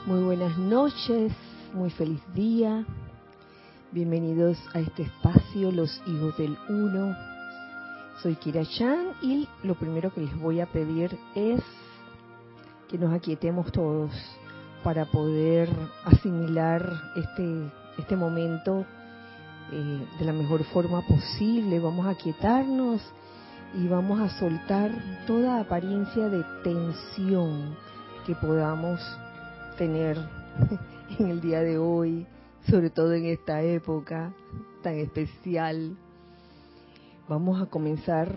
Muy buenas noches, muy feliz día. Bienvenidos a este espacio, los hijos del uno. Soy Kira Chan y lo primero que les voy a pedir es que nos aquietemos todos para poder asimilar este momento de la mejor forma posible. Vamos a aquietarnos y vamos a soltar toda apariencia de tensión que podamos tener en el día de hoy, sobre todo en esta época tan especial. Vamos a comenzar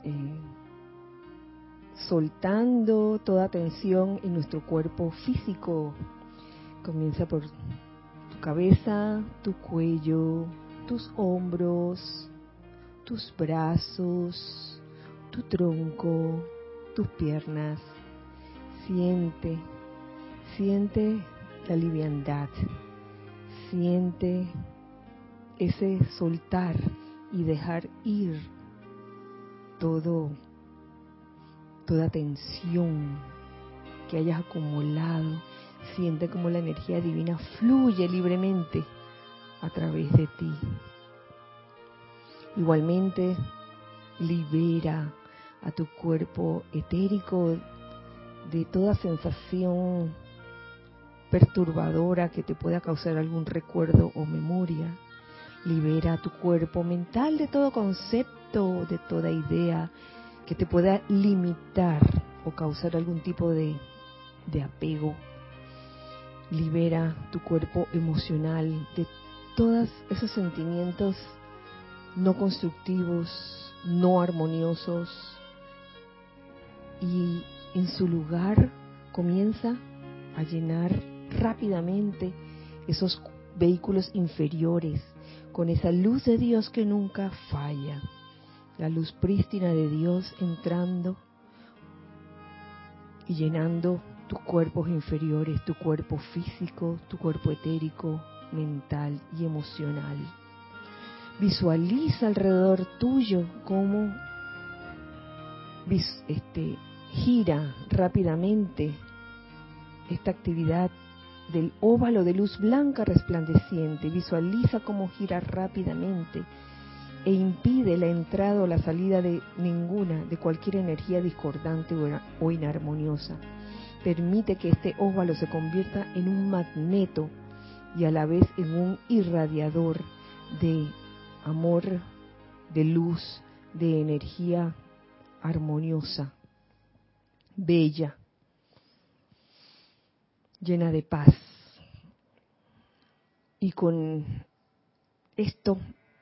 soltando toda tensión en nuestro cuerpo físico. Comienza por tu cabeza, tu cuello, tus hombros, tus brazos, tu tronco, tus piernas. Siente la liviandad, siente ese soltar y dejar ir toda tensión que hayas acumulado. Siente como la energía divina fluye libremente a través de ti. Igualmente, libera a tu cuerpo etérico de toda sensación perturbadora que te pueda causar algún recuerdo o memoria. Libera a tu cuerpo mental de todo concepto, de toda idea que te pueda limitar o causar algún tipo de apego. Libera tu cuerpo emocional de todos esos sentimientos no constructivos, no armoniosos, y en su lugar comienza a llenar rápidamente esos vehículos inferiores con esa luz de Dios que nunca falla, la luz prístina de Dios entrando y llenando tus cuerpos inferiores, tu cuerpo físico, tu cuerpo etérico, mental y emocional. Visualiza alrededor tuyo cómo gira rápidamente esta actividad del óvalo de luz blanca resplandeciente. Visualiza cómo gira rápidamente e impide la entrada o la salida de cualquier energía discordante o inarmoniosa. Permite que este óvalo se convierta en un magneto y a la vez en un irradiador de amor, de luz, de energía armoniosa, bella, llena de paz. Y con esto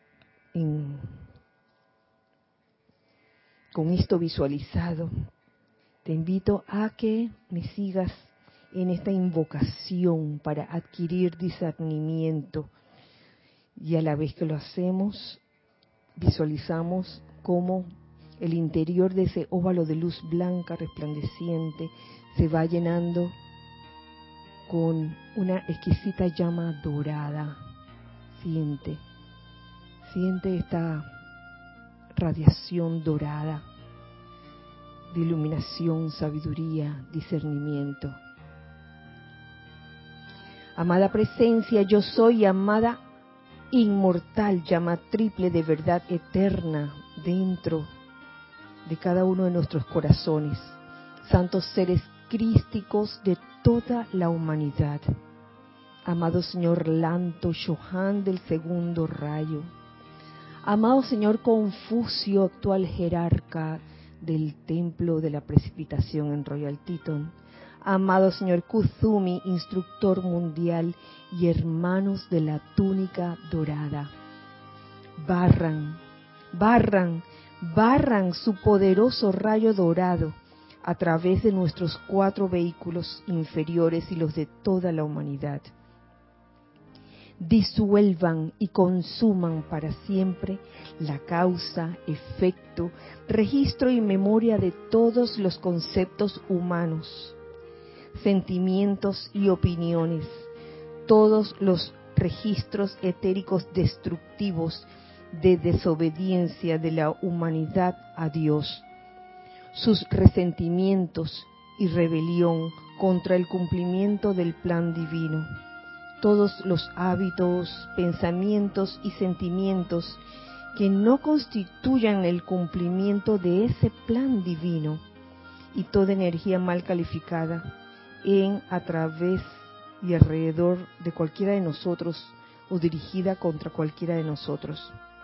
visualizado, te invito a que me sigas en esta invocación para adquirir discernimiento, y a la vez que lo hacemos, visualizamos cómo el interior de ese óvalo de luz blanca resplandeciente se va llenando con una exquisita llama dorada. Siente esta radiación dorada de iluminación, sabiduría, discernimiento. Amada presencia, yo soy, amada inmortal, llama triple de verdad eterna dentro de cada uno de nuestros corazones, santos seres crísticos de toda la humanidad. Amado Señor Lanto Chohan del segundo rayo, amado Señor Confucio, actual jerarca del templo de la precipitación en Royal Teton, amado Señor Kuzumi, instructor mundial, y hermanos de la túnica dorada, barran su poderoso rayo dorado a través de nuestros 4 vehículos inferiores y los de toda la humanidad. Disuelvan y consuman para siempre la causa, efecto, registro y memoria de todos los conceptos humanos, sentimientos y opiniones, todos los registros etéricos destructivos de desobediencia de la humanidad a Dios, sus resentimientos y rebelión contra el cumplimiento del plan divino. Todos los hábitos, pensamientos y sentimientos que no constituyan el cumplimiento de ese plan divino, y toda energía mal calificada en, a través y alrededor de cualquiera de nosotros o dirigida contra cualquiera de nosotros.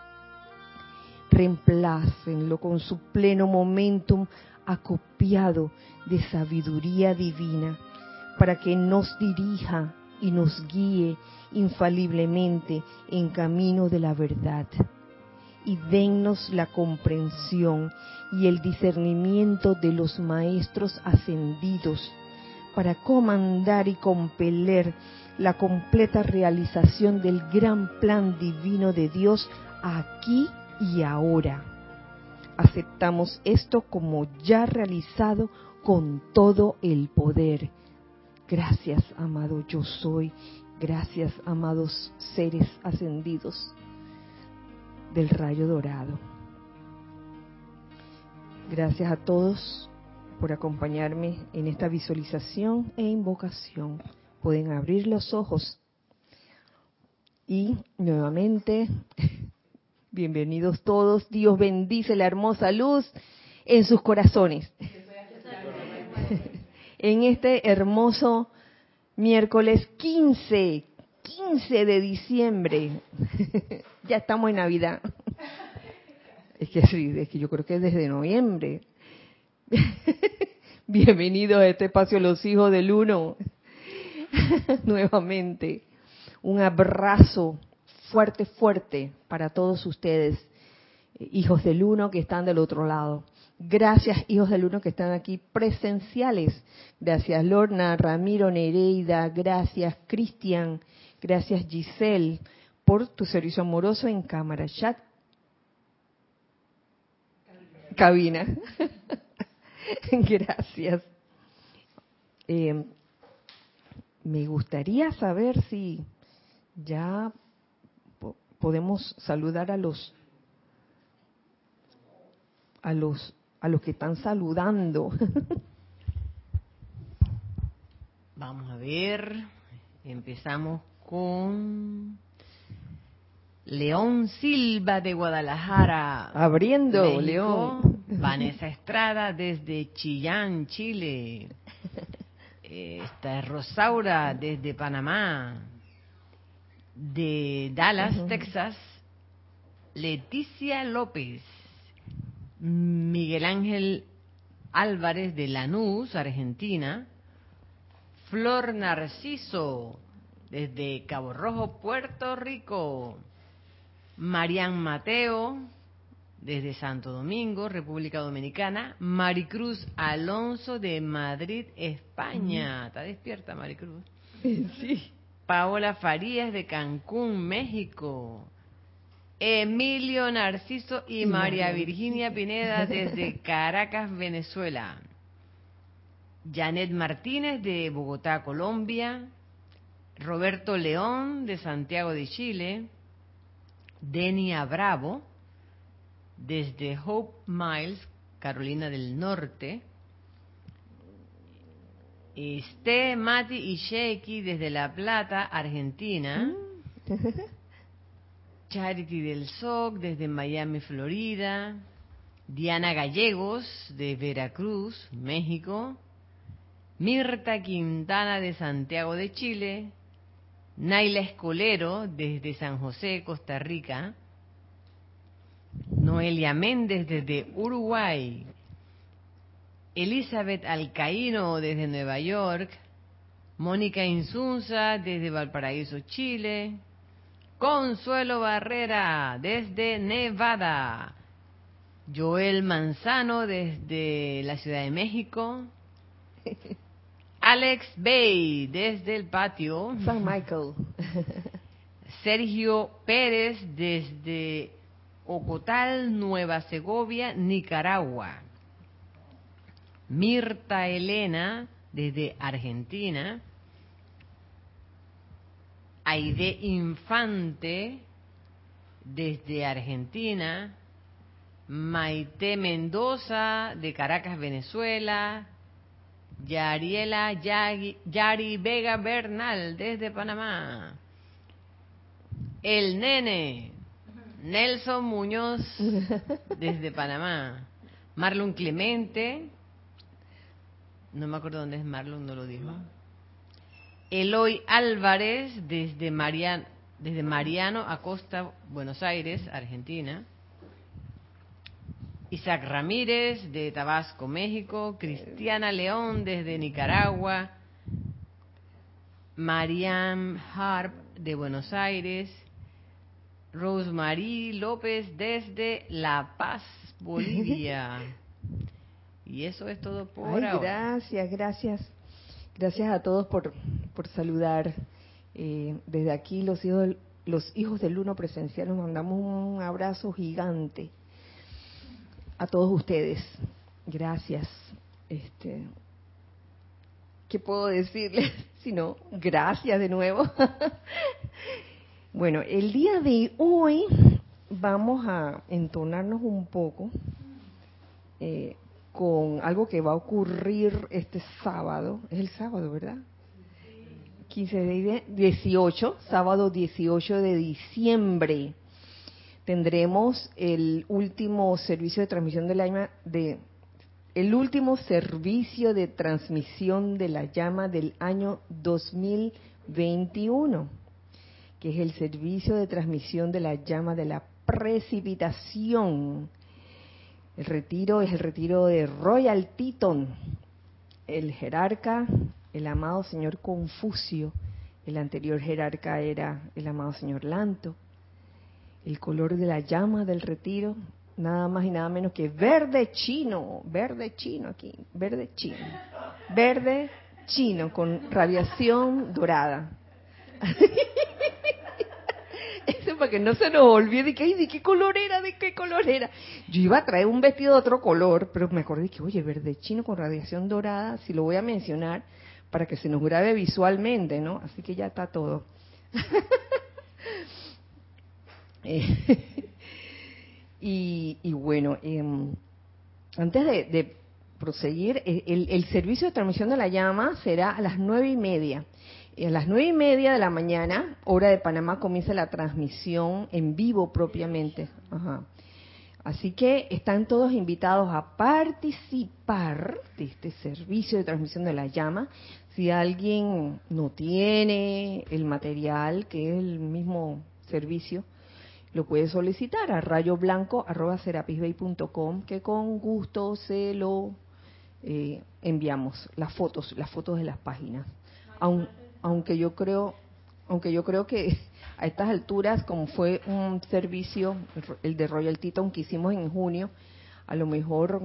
Reemplácenlo con su pleno momentum acopiado de sabiduría divina para que nos dirija y nos guíe infaliblemente en camino de la verdad. Y dennos la comprensión y el discernimiento de los maestros ascendidos para comandar y compeler la completa realización del gran plan divino de Dios aquí y ahora. Aceptamos esto como ya realizado con todo el poder. Gracias, amado yo soy. Gracias, amados seres ascendidos del rayo dorado. Gracias a todos por acompañarme en esta visualización e invocación. Pueden abrir los ojos y nuevamente, bienvenidos todos. Dios bendice la hermosa luz en sus corazones. En este hermoso miércoles 15 de diciembre. Ya estamos en Navidad. Es que sí, es que yo creo que es desde noviembre. Bienvenidos a este espacio Los Hijos del Uno. Nuevamente, un abrazo fuerte, fuerte para todos ustedes, hijos del Uno que están del otro lado. Gracias, hijos del Uno que están aquí presenciales. Gracias, Lorna, Ramiro, Nereida. Gracias, Cristian. Gracias, Giselle, por tu servicio amoroso en cámara, chat, cabina. Gracias. Me gustaría saber si ya podemos saludar a los que están saludando. Vamos a ver, empezamos con León Silva de Guadalajara, Abriendo, México. León. Vanessa Estrada desde Chillán, Chile. Esta es Rosaura desde Panamá. De Dallas, Texas, Leticia López. Miguel Ángel Álvarez de Lanús, Argentina. Flor Narciso desde Cabo Rojo, Puerto Rico. Marian Mateo desde Santo Domingo, República Dominicana. Maricruz Alonso de Madrid, España. ¿Está despierta, Maricruz? Sí. Paola Farías de Cancún, México. Emilio Narciso y María Virginia Pineda desde Caracas, Venezuela. Janet Martínez de Bogotá, Colombia. Roberto León de Santiago de Chile. Denia Bravo desde Hope Miles, Carolina del Norte. Este, Mati y Sheiki desde La Plata, Argentina. Charity del SOC desde Miami, Florida. Diana Gallegos de Veracruz, México. Mirta Quintana de Santiago de Chile. Naila Escolero desde San José, Costa Rica. Noelia Méndez desde Uruguay. Elizabeth Alcaíno desde Nueva York. Mónica Insunza desde Valparaíso, Chile. Consuelo Barrera desde Nevada. Joel Manzano desde la Ciudad de México. Alex Bay desde el patio. San Michael. Sergio Pérez desde Ocotal, Nueva Segovia, Nicaragua. Mirta Elena desde Argentina. Aide Infante desde Argentina. Maite Mendoza de Caracas, Venezuela. Yariela Yari Vega Bernal desde Panamá. El Nene, Nelson Muñoz desde Panamá. Marlon Clemente, no me acuerdo dónde es Marlon, no lo dijo. Eloy Álvarez desde Mariano Acosta, Buenos Aires, Argentina. Isaac Ramírez de Tabasco, México. Cristiana León desde Nicaragua. Mariam Harp de Buenos Aires. Rosemary López desde La Paz, Bolivia. Y eso es todo por ahora. Gracias. Gracias a todos por saludar. Desde aquí, los hijos del Uno presencial, nos mandamos un abrazo gigante a todos ustedes. Gracias. ¿Qué puedo decirles? Sino, gracias de nuevo. Bueno, el día de hoy vamos a entonarnos un poco con algo que va a ocurrir este sábado. Es el sábado, ¿verdad? 18, sábado 18 de diciembre. Tendremos el último servicio de transmisión de la llama el último servicio de transmisión de la llama del año 2021, que es el servicio de transmisión de la llama de la precipitación. El retiro es el retiro de Royal Teton, el jerarca, el amado señor Confucio. El anterior jerarca era el amado señor Lanto. El color de la llama del retiro, nada más y nada menos que verde chino aquí, verde chino con radiación dorada. Eso para que no se nos olvide que, ¿de qué color era? Yo iba a traer un vestido de otro color, pero me acordé que, oye, verde chino con radiación dorada, si lo voy a mencionar para que se nos grabe visualmente, ¿no? Así que ya está todo. Y bueno, antes de proseguir, el servicio de transmisión de la llama será a las 9:30. A las 9:30 de la mañana, hora de Panamá, comienza la transmisión en vivo propiamente. Ajá. Así que están todos invitados a participar de este servicio de transmisión de la llama. Si alguien no tiene el material, que es el mismo servicio, lo puede solicitar a rayoblanco@serapisbay.com, que con gusto se lo enviamos, las fotos de las páginas. Aunque yo creo que a estas alturas, como fue un servicio, el de Royal Teton que hicimos en junio, a lo mejor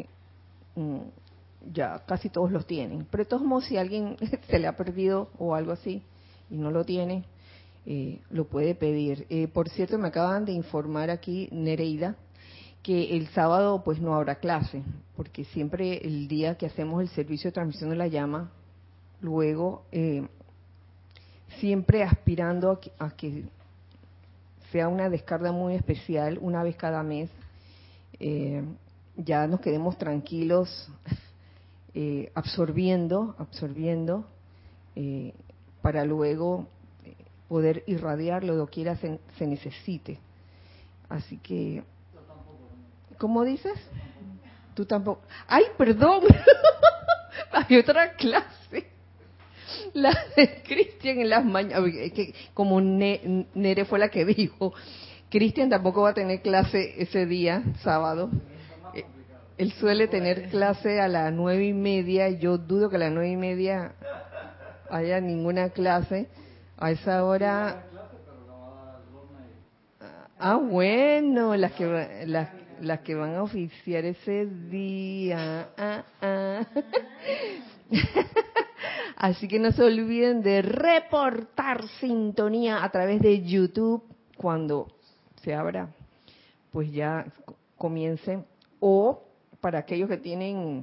ya casi todos los tienen. Pero de todos modos, si alguien se le ha perdido o algo así y no lo tiene, lo puede pedir. Por cierto, me acaban de informar aquí, Nereida, que el sábado pues no habrá clase, porque siempre el día que hacemos el servicio de transmisión de la llama, luego siempre aspirando a que sea una descarga muy especial, una vez cada mes, ya nos quedemos tranquilos, absorbiendo, para luego poder irradiar lo que quiera se necesite. Así que, ¿cómo dices? Tú tampoco. ¡Ay, perdón! Hay otra clase. La de Cristian en las mañanas. Como Nere fue la que dijo, Cristian tampoco va a tener clase ese día, sábado. Él suele tener clase a las 9:30. Yo dudo que a las 9:30 haya ninguna clase. A esa hora. Bueno, las que van a oficiar ese día. Así que no se olviden de reportar sintonía a través de YouTube cuando se abra, pues ya comience. O para aquellos que tienen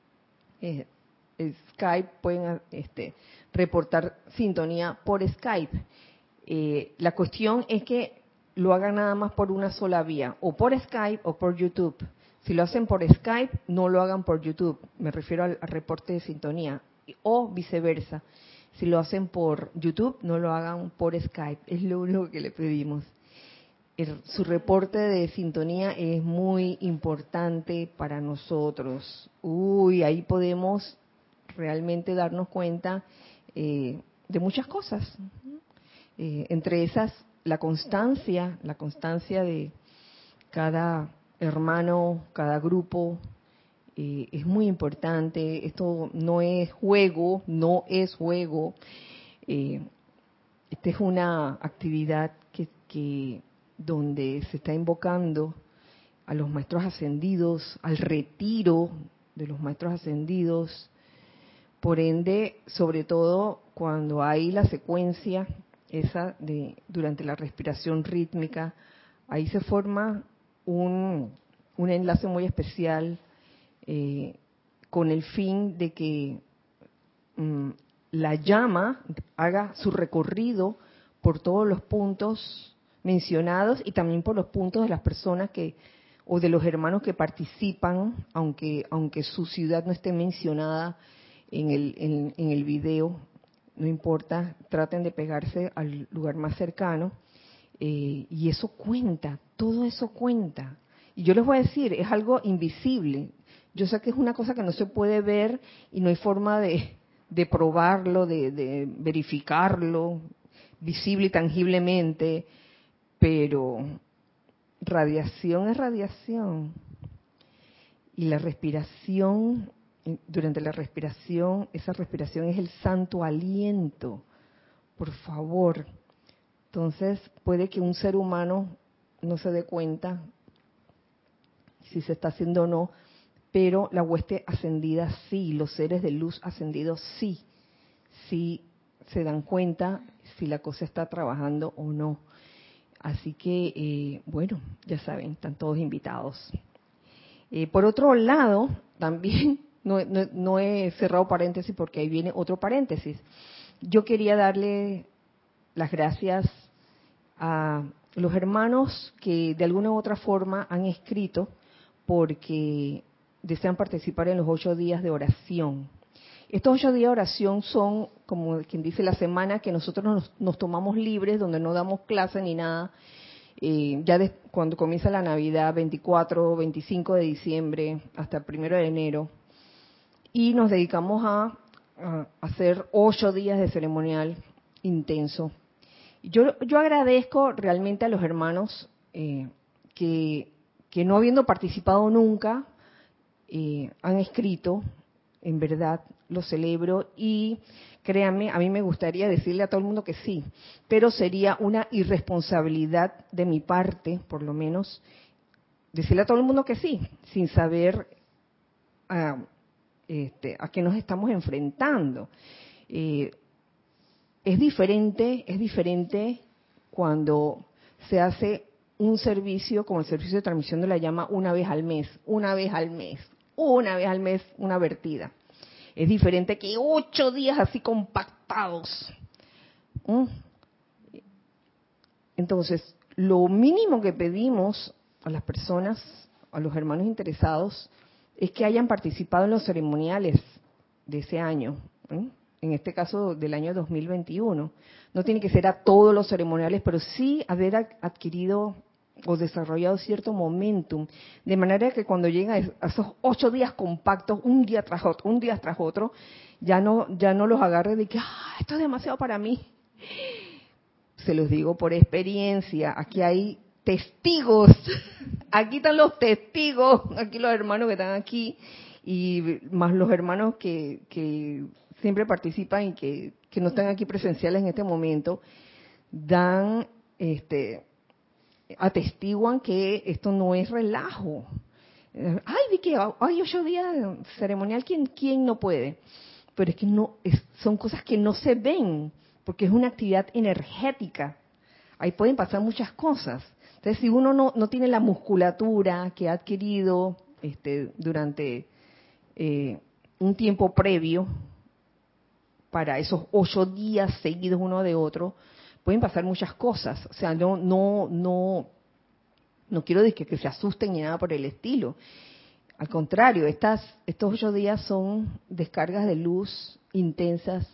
Skype, pueden reportar sintonía por Skype. La cuestión es que lo hagan nada más por una sola vía, o por Skype o por YouTube. Si lo hacen por Skype, no lo hagan por YouTube. Me refiero al reporte de sintonía. O viceversa. Si lo hacen por YouTube, no lo hagan por Skype. Es lo único que le pedimos. Su reporte de sintonía es muy importante para nosotros. Uy, ahí podemos realmente darnos cuenta de muchas cosas. Entre esas, la constancia de cada hermano, cada grupo, es muy importante. Esto no es juego, no es juego. Esta es una actividad que donde se está invocando a los maestros ascendidos, al retiro de los maestros ascendidos. Por ende, sobre todo cuando hay la secuencia esa de durante la respiración rítmica, ahí se forma un enlace muy especial con el fin de que la llama haga su recorrido por todos los puntos mencionados y también por los puntos de las personas o de los hermanos que participan, aunque su ciudad no esté mencionada en el video, no importa, traten de pegarse al lugar más cercano, y eso cuenta, todo eso cuenta. Y yo les voy a decir, es algo invisible. Yo sé que es una cosa que no se puede ver y no hay forma de probarlo, de verificarlo visible y tangiblemente, pero radiación es radiación. Y la respiración, durante la respiración, esa respiración es el santo aliento. Por favor. Entonces, puede que un ser humano no se dé cuenta si se está haciendo o no, pero la hueste ascendida sí, los seres de luz ascendidos sí se dan cuenta si la cosa está trabajando o no. Así que, bueno, ya saben, están todos invitados. Por otro lado, también no he cerrado paréntesis porque ahí viene otro paréntesis. Yo quería darle las gracias a los hermanos que de alguna u otra forma han escrito porque desean participar en los 8 días de oración. Estos 8 días de oración son, como quien dice, la semana que nosotros nos tomamos libres, donde no damos clase ni nada. Cuando comienza la Navidad, 24, 25 de diciembre, hasta el 1 de enero, y nos dedicamos a hacer 8 días de ceremonial intenso. Yo agradezco realmente a los hermanos que no habiendo participado nunca, han escrito, en verdad lo celebro y créanme, a mí me gustaría decirle a todo el mundo que sí, pero sería una irresponsabilidad de mi parte, por lo menos, decirle a todo el mundo que sí, sin saber a qué nos estamos enfrentando. Es diferente cuando se hace un servicio como el servicio de transmisión de la llama una vez al mes, una vez al mes, una vertida. Es diferente que 8 días así compactados. Entonces, lo mínimo que pedimos a las personas, a los hermanos interesados, es que hayan participado en los ceremoniales de ese año, en este caso del año 2021. No tiene que ser a todos los ceremoniales, pero sí haber adquirido o desarrollado cierto momentum, de manera que cuando llegan a esos 8 días compactos, un día tras otro, ya no los agarre de que esto es demasiado para mí. Se los digo por experiencia, aquí hay testigos, aquí están los testigos, aquí los hermanos que están aquí, y más los hermanos que siempre participan y que no están aquí presenciales en este momento, atestiguan que esto no es relajo. De que hay 8 días ceremonial, ¿quién no puede? Pero es que son cosas que no se ven, porque es una actividad energética. Ahí pueden pasar muchas cosas. Entonces, si uno no tiene la musculatura que ha adquirido durante un tiempo previo para esos 8 días seguidos uno de otro, pueden pasar muchas cosas. O sea, no quiero decir que se asusten ni nada por el estilo. Al contrario, estos 8 días son descargas de luz intensas,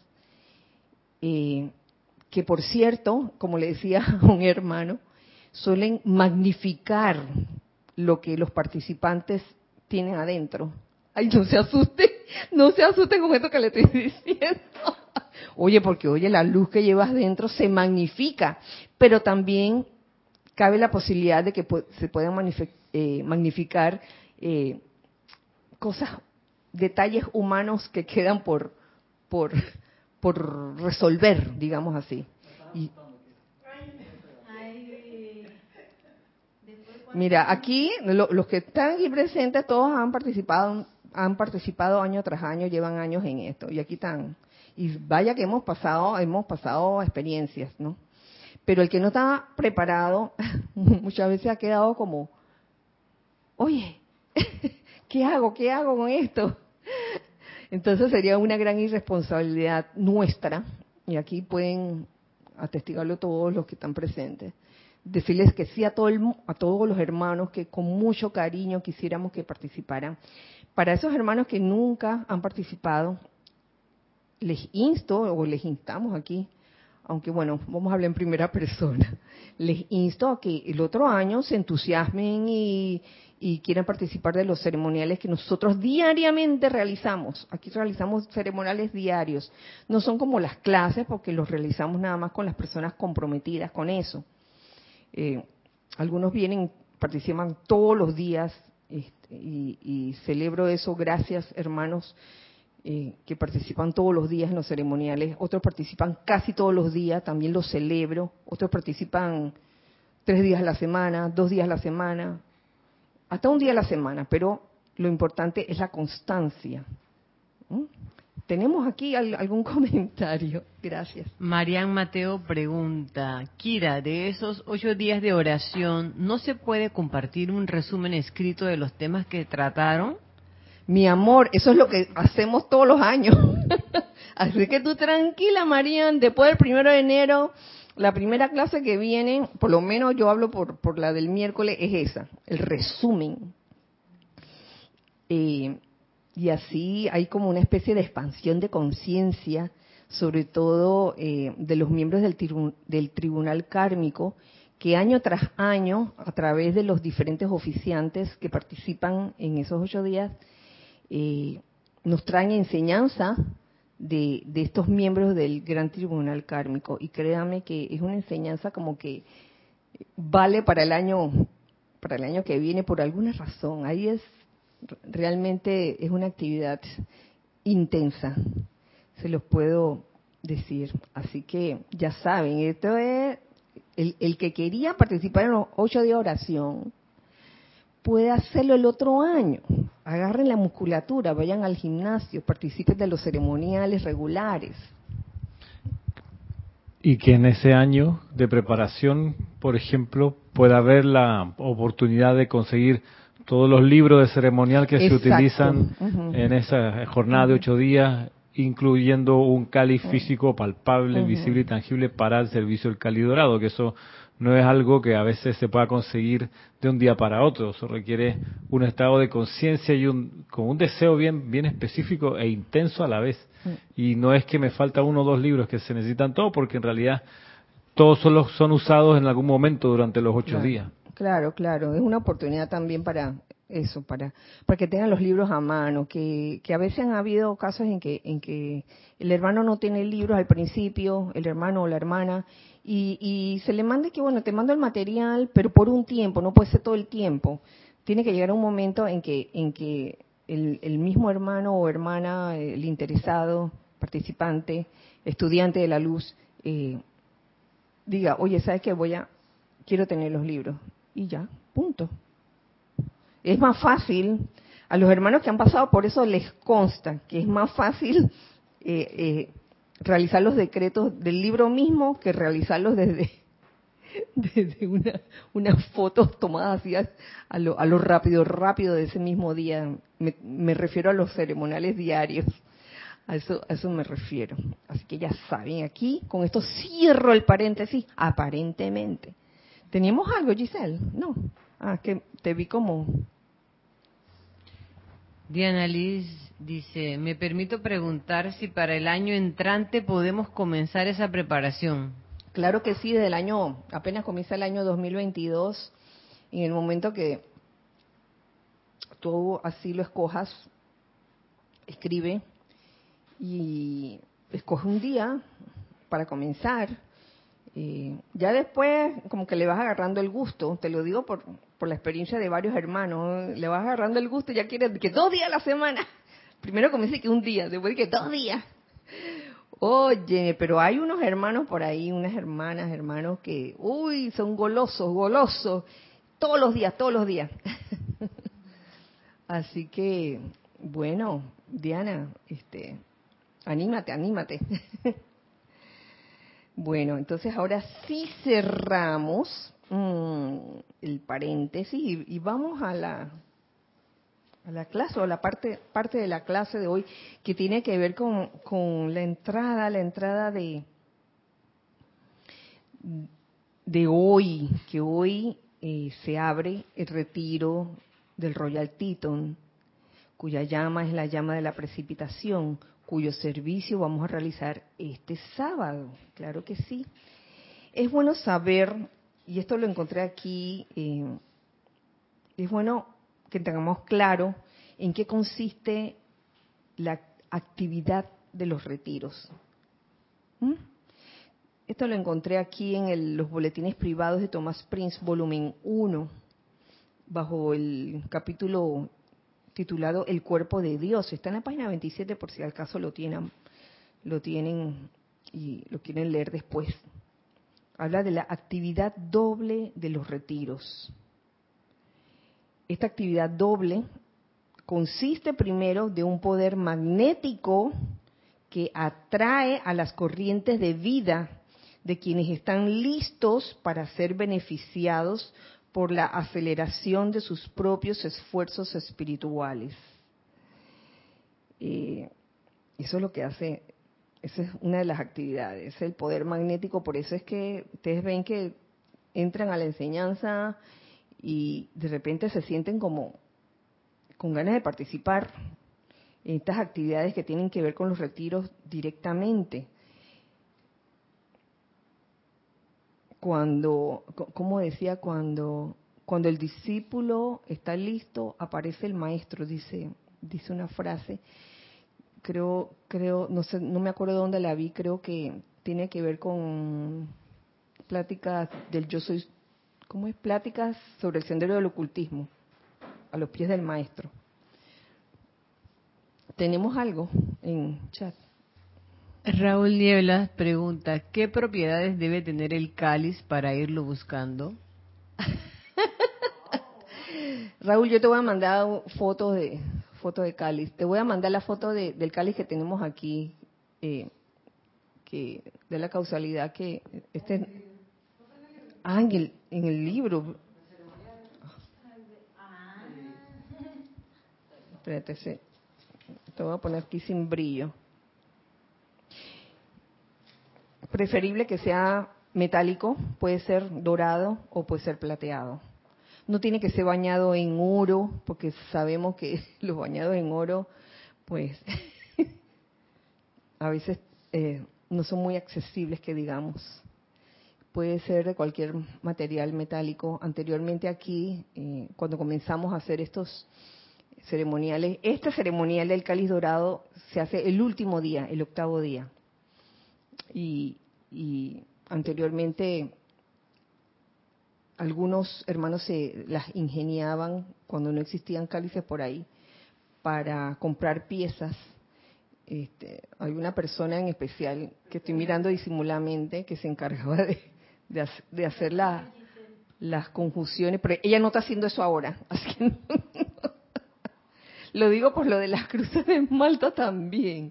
que por cierto, como le decía a un hermano, suelen magnificar lo que los participantes tienen adentro. Ay, no se asuste con esto que le estoy diciendo. Oye, porque la luz que llevas dentro se magnifica, pero también cabe la posibilidad de que se puedan magnificar cosas, detalles humanos que quedan por resolver, digamos así. Y, mira, aquí los que están aquí presentes, todos han participado año tras año, llevan años en esto, y aquí están. Y vaya que hemos pasado experiencias, ¿no? Pero el que no está preparado, muchas veces ha quedado como, oye, ¿qué hago con esto? Entonces sería una gran irresponsabilidad nuestra, y aquí pueden atestigarlo todos los que están presentes, decirles que sí a todos los hermanos que con mucho cariño quisiéramos que participaran. Para esos hermanos que nunca han participado, les instamos aquí, aunque bueno, vamos a hablar en primera persona, les insto a que el otro año se entusiasmen y quieran participar de los ceremoniales que nosotros diariamente realizamos. Aquí realizamos ceremoniales diarios. No son como las clases, porque los realizamos nada más con las personas comprometidas con eso. Algunos vienen, participan todos los días, y celebro eso. Gracias, hermanos, que participan todos los días en los ceremoniales. Otros participan casi todos los días, también los celebro. Otros participan 3 días a la semana, 2 días a la semana, hasta un día a la semana, pero lo importante es la constancia. ¿Tenemos aquí algún comentario? Gracias. Marian Mateo pregunta, Kira, de esos 8 días de oración, ¿no se puede compartir un resumen escrito de los temas que trataron? Mi amor, eso es lo que hacemos todos los años. Así que tú tranquila, Marian, después del 1 de enero, la primera clase que viene, por lo menos yo hablo por la del miércoles, es esa, el resumen. Y así hay como una especie de expansión de conciencia, sobre todo de los miembros del tribunal kármico, que año tras año, a través de los diferentes oficiantes que participan en esos 8 días, nos traen enseñanza de estos miembros del gran tribunal kármico. Y créame que es una enseñanza como que vale para el año que viene por alguna razón. Ahí realmente es una actividad intensa, se los puedo decir. Así que ya saben, esto es el que quería participar en los 8 días de oración, puede hacerlo el otro año. Agarren la musculatura, vayan al gimnasio, participen de los ceremoniales regulares. Y que en ese año de preparación, por ejemplo, pueda haber la oportunidad de conseguir todos los libros de ceremonial que se utilizan en esa jornada de 8 días, incluyendo un cáliz físico palpable, visible y tangible para el servicio del cáliz dorado, que eso no es algo que a veces se pueda conseguir de un día para otro. Eso requiere un estado de conciencia y con un deseo bien específico e intenso a la vez. Y no es que me falta 1 o 2 libros, que se necesitan todos, porque en realidad todos son usados en algún momento durante los 8 días. Claro, es una oportunidad también para eso, para que tengan los libros a mano, que a veces han habido casos en que el hermano no tiene libros al principio, el hermano o la hermana, y se le manda que, bueno, te mando el material, pero por un tiempo, no puede ser todo el tiempo. Tiene que llegar un momento en que el mismo hermano o hermana, el interesado, participante, estudiante de la luz, diga, oye, ¿sabes qué? Quiero tener los libros. Y ya, punto. Es más fácil, a los hermanos que han pasado por eso les consta que es más fácil realizar los decretos del libro mismo que realizarlos desde unas fotos tomadas así a lo rápido de ese mismo día. Me refiero a los ceremoniales diarios. A eso me refiero. Así que ya saben, aquí con esto cierro el paréntesis, aparentemente. ¿Teníamos algo, Giselle? No. Que te vi como... Diana Liz dice, me permito preguntar si para el año entrante podemos comenzar esa preparación. Claro que sí, desde el año, apenas comienza el año 2022, en el momento que tú así lo escojas, escribe y escoge un día para comenzar. Ya después como que le vas agarrando el gusto, te lo digo por la experiencia de varios hermanos, le vas agarrando el gusto, ya quieres que 2 días a la semana. Primero comienza que un día, después que 2 días. Oye, pero hay unos hermanos por ahí, unas hermanas, hermanos que, uy, son golosos, golosos, todos los días, todos los días. Así que, bueno, Diana, anímate, anímate. Bueno, entonces ahora sí cerramos el paréntesis y vamos a la clase, o a la parte de la clase de hoy que tiene que ver con la entrada de hoy, que hoy se abre el retiro del Royal Teton, cuya llama es la llama de la precipitación, cuyo servicio vamos a realizar este sábado. Claro que sí. Es bueno saber, y esto lo encontré aquí, es bueno que tengamos claro en qué consiste la actividad de los retiros. Esto lo encontré aquí en los boletines privados de Thomas Prince, volumen 1, bajo el capítulo titulado El cuerpo de Dios. Está en la página 27 por si al caso lo tienen y lo quieren leer después. Habla de la actividad doble de los retiros. Esta actividad doble consiste primero de un poder magnético que atrae a las corrientes de vida de quienes están listos para ser beneficiados por la aceleración de sus propios esfuerzos espirituales. Eso es lo que hace, esa es una de las actividades, el poder magnético. Por eso es que ustedes ven que entran a la enseñanza y de repente se sienten como con ganas de participar en estas actividades que tienen que ver con los retiros directamente. Como decía, cuando el discípulo está listo, aparece el maestro, dice una frase, creo, no sé, no me acuerdo dónde la vi, creo que tiene que ver con pláticas del yo soy, ¿cómo es? Pláticas sobre el sendero del ocultismo, a los pies del maestro. ¿Tenemos algo en chat? Raúl Nieblas pregunta, ¿qué propiedades debe tener el cáliz para irlo buscando? Raúl, yo te voy a mandar foto de cáliz. Te voy a mandar la foto del cáliz que tenemos aquí, que de la causalidad que en el libro. Espérate, te voy a poner aquí sin brillo. Preferible que sea metálico, puede ser dorado o puede ser plateado. No tiene que ser bañado en oro, porque sabemos que los bañados en oro, pues, a veces no son muy accesibles, que digamos. Puede ser de cualquier material metálico. Anteriormente aquí, cuando comenzamos a hacer estos ceremoniales, este ceremonial del cáliz dorado se hace el último día, el 8º día. Y anteriormente algunos hermanos se las ingeniaban cuando no existían cálices por ahí para comprar piezas. Hay una persona en especial que estoy mirando disimuladamente que se encargaba de hacer las conjunciones, pero ella no está haciendo eso ahora, así que lo digo por lo de las cruces de Malta también.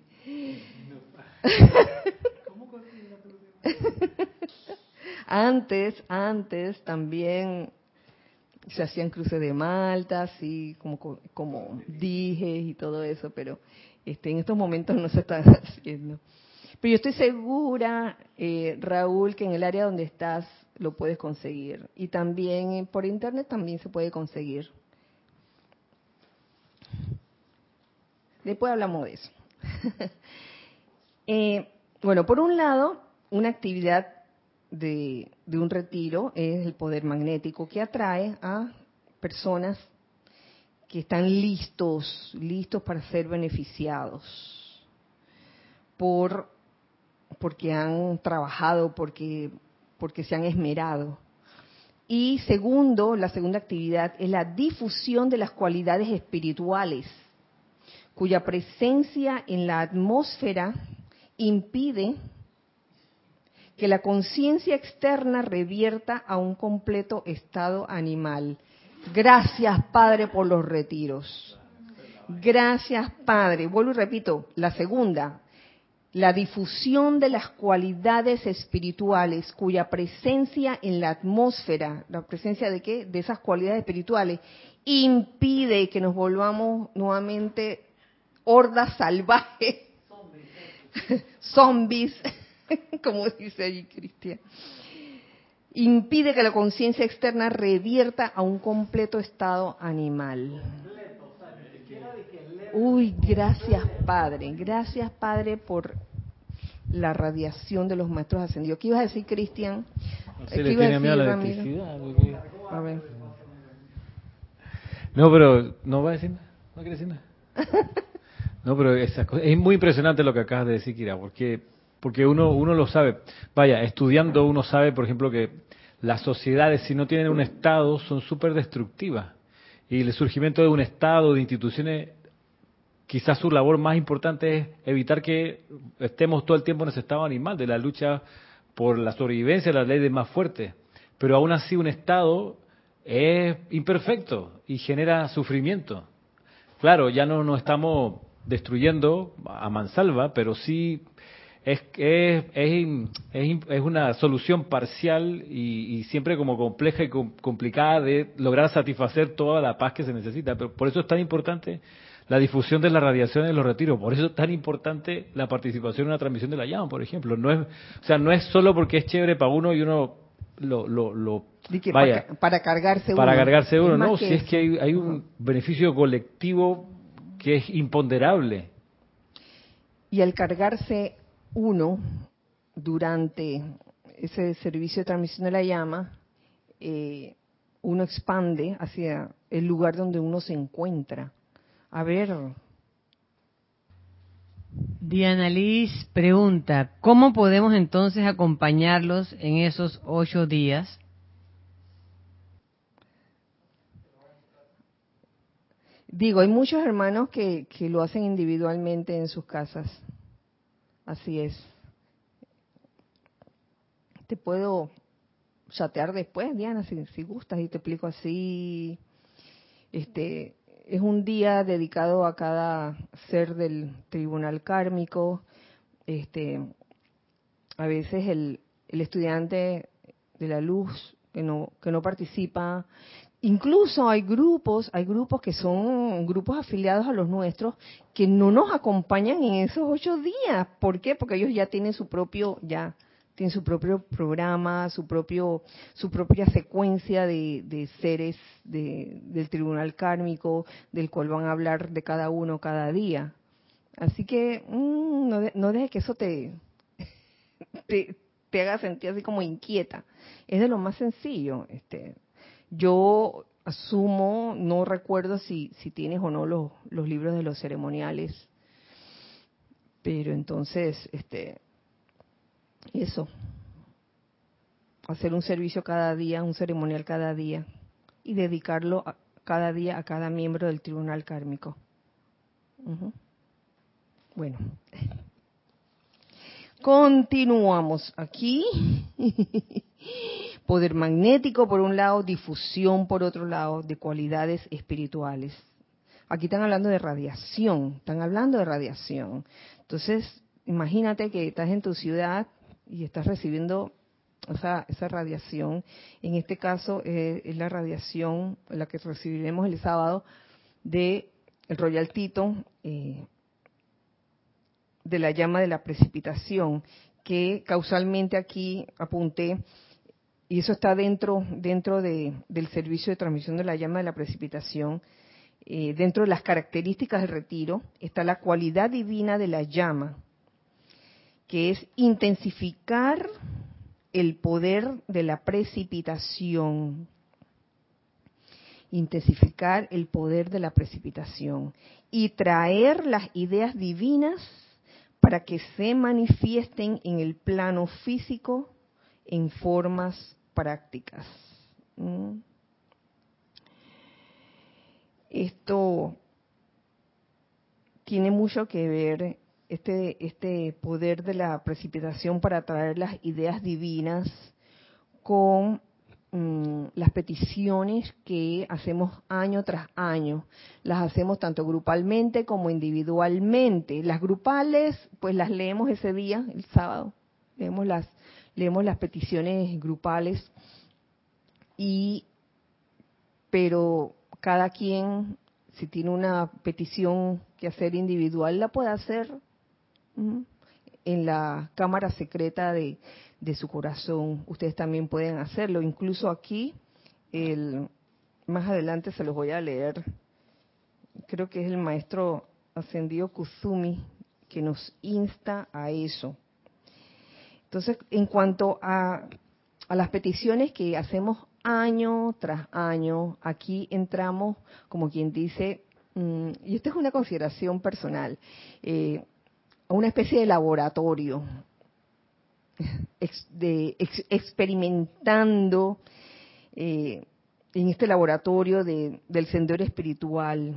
Antes también se hacían cruces de Malta, así como dijes y todo eso, pero en estos momentos no se están haciendo. Pero yo estoy segura, Raúl, que en el área donde estás lo puedes conseguir. Y también por internet también se puede conseguir. Después hablamos de eso. Bueno, por un lado, una actividad de un retiro es el poder magnético que atrae a personas que están listos para ser beneficiados porque han trabajado, porque se han esmerado. Y segundo, la segunda actividad es la difusión de las cualidades espirituales, cuya presencia en la atmósfera impide que la conciencia externa revierta a un completo estado animal. Gracias, Padre, por los retiros. Gracias, Padre. Vuelvo y repito, la segunda, la difusión de las cualidades espirituales, cuya presencia en la atmósfera, ¿la presencia de qué? De esas cualidades espirituales, impide que nos volvamos nuevamente hordas salvajes, zombies, como dice allí Cristian. Impide que la conciencia externa revierta a un completo estado animal. Uy, gracias Padre por la radiación de los maestros ascendidos. ¿Qué ibas a decir, Cristian? Se le tiene miedo a la electricidad. A ver. No, pero no va a decir nada. No quiere decir nada. No, pero es muy impresionante lo que acabas de decir, Kira, porque uno lo sabe. Vaya, estudiando uno sabe, por ejemplo, que las sociedades, si no tienen un Estado, son súper destructivas. Y el surgimiento de un Estado, de instituciones, quizás su labor más importante es evitar que estemos todo el tiempo en ese estado animal, de la lucha por la sobrevivencia, la ley del más fuerte. Pero aún así un Estado es imperfecto y genera sufrimiento. Claro, ya no nos estamos destruyendo a mansalva, pero sí es una solución parcial y siempre como compleja y complicada de lograr satisfacer toda la paz que se necesita. Pero por eso es tan importante la difusión de las radiaciones de los retiros. Por eso es tan importante la participación en una transmisión de la llama, por ejemplo. No es solo porque es chévere para uno y uno vaya para cargarse para uno. cargarse uno, no, Si si es que hay un beneficio colectivo que es imponderable. Y al cargarse uno durante ese servicio de transmisión de la llama, uno expande hacia el lugar donde uno se encuentra. A ver. Diana Liz pregunta, ¿cómo podemos entonces acompañarlos en esos 8 días? Digo, hay muchos hermanos que lo hacen individualmente en sus casas. Así es. Te puedo chatear después, Diana, si gustas, y te explico así. Es un día dedicado a cada ser del tribunal kármico. A veces el estudiante de la luz que no participa. Incluso hay grupos que son grupos afiliados a los nuestros que no nos acompañan en esos 8 días. ¿Por qué? Porque ellos ya tienen su propio programa, su propia secuencia de seres del tribunal kármico, del cual van a hablar de cada uno cada día. Así que no dejes que eso te haga sentir así como inquieta. Es de lo más sencillo. Yo asumo, no recuerdo si tienes o no los libros de los ceremoniales, pero entonces, eso, hacer un servicio cada día, un ceremonial cada día, y dedicarlo cada día a cada miembro del tribunal kármico. Bueno, continuamos aquí. Poder magnético por un lado, difusión por otro lado, de cualidades espirituales. Aquí están hablando de radiación, Entonces, imagínate que estás en tu ciudad y estás recibiendo esa radiación. En este caso es la radiación, la que recibiremos el sábado, de el Royal Teton, de la llama de la precipitación, que causalmente aquí apunté. Y eso está dentro del servicio de transmisión de la llama de la precipitación. dentro de las características del retiro, está la cualidad divina de la llama, que es intensificar el poder de la precipitación. Intensificar el poder de la precipitación y traer las ideas divinas para que se manifiesten en el plano físico en formas prácticas. Esto tiene mucho que ver, este poder de la precipitación para traer las ideas divinas, con las peticiones que hacemos año tras año. Las hacemos tanto grupalmente como individualmente. Las grupales, pues las leemos ese día, el sábado. Leemos las peticiones grupales, pero cada quien, si tiene una petición que hacer individual, la puede hacer en la cámara secreta de su corazón. Ustedes también pueden hacerlo. Incluso aquí, más adelante se los voy a leer. Creo que es el maestro ascendido Kusumi que nos insta a eso. Entonces, en cuanto a las peticiones que hacemos año tras año, aquí entramos, como quien dice, y esto es una consideración personal, a una especie de laboratorio, experimentando en este laboratorio del sendero espiritual,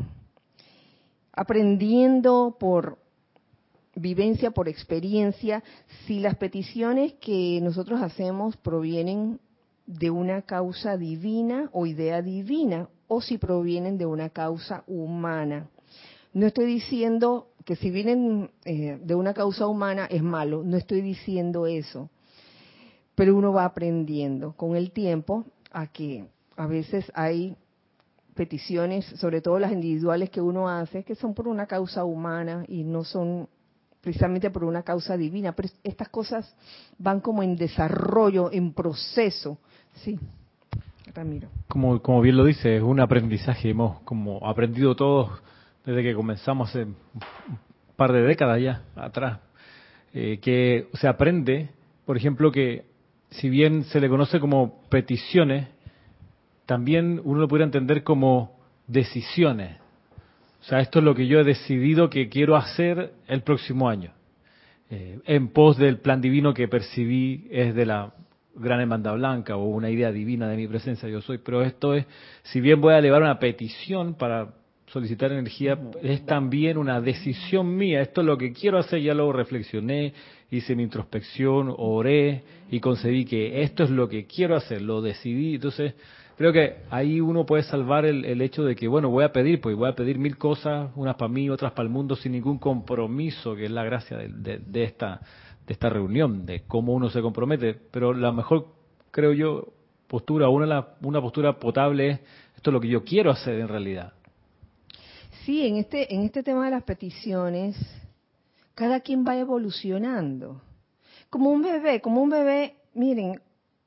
aprendiendo por vivencia, por experiencia, si las peticiones que nosotros hacemos provienen de una causa divina o idea divina, o si provienen de una causa humana. No estoy diciendo que si vienen de una causa humana es malo, no estoy diciendo eso, pero uno va aprendiendo con el tiempo a que a veces hay peticiones, sobre todo las individuales que uno hace, que son por una causa humana y no son precisamente por una causa divina, pero estas cosas van como en desarrollo, en proceso. Sí, Ramiro. Como bien lo dice, es un aprendizaje, hemos como aprendido todos desde que comenzamos hace un par de décadas ya atrás, que se aprende, por ejemplo, que si bien se le conoce como peticiones, también uno lo podría entender como decisiones. O sea, esto es lo que yo he decidido que quiero hacer el próximo año, en pos del plan divino que percibí es de la Gran Hermandad Blanca o una idea divina de mi presencia yo soy. Pero esto es, si bien voy a elevar una petición para solicitar energía, es también una decisión mía. Esto es lo que quiero hacer, ya lo reflexioné, hice mi introspección, oré y concebí que esto es lo que quiero hacer, lo decidí. Entonces, creo que ahí uno puede salvar el hecho de que, bueno, voy a pedir 1000 cosas, unas para mí, otras para el mundo, sin ningún compromiso, que es la gracia de esta reunión, de cómo uno se compromete. Pero la mejor, creo yo, postura, una postura potable es, esto es lo que yo quiero hacer en realidad. Sí, en este tema de las peticiones, cada quien va evolucionando. Como un bebé, miren,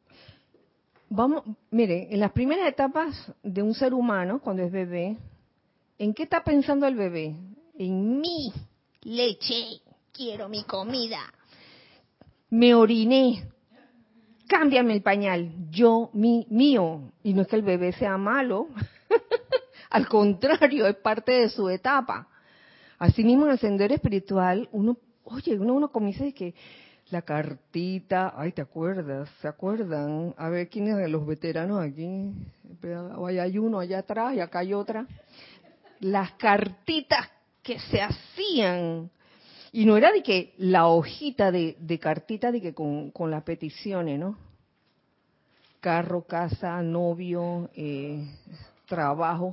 en las primeras etapas de un ser humano, cuando es bebé, ¿en qué está pensando el bebé? En mi leche, quiero mi comida. Me oriné, cámbiame el pañal, mío. Y no es que el bebé sea malo, al contrario, es parte de su etapa. Asimismo, en el sendero espiritual, uno comienza de que la cartita, ay, ¿te acuerdas? ¿Se acuerdan? A ver, ¿quiénes de los veteranos aquí? Allá hay uno, allá atrás, y acá hay otra. Las cartitas que se hacían. Y no era de que la hojita de cartita de que con las peticiones, ¿no? Carro, casa, novio, trabajo.